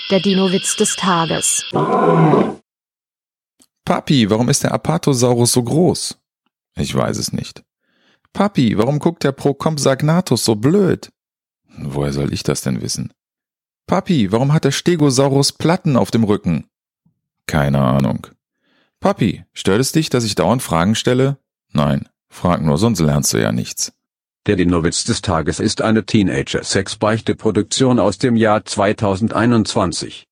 Der Dino-Witz des Tages. Papi, warum ist der Apatosaurus so groß? Ich weiß es nicht. Papi, warum guckt der Procompsognathus so blöd? Woher soll ich das denn wissen? Papi, warum hat der Stegosaurus Platten auf dem Rücken? Keine Ahnung. Papi, stört es dich, dass ich dauernd Fragen stelle? Nein, frag nur, sonst lernst du ja nichts. Der Dino-Witz des Tages ist eine Teenager-Sex-Beichte-Produktion aus dem Jahr 2021.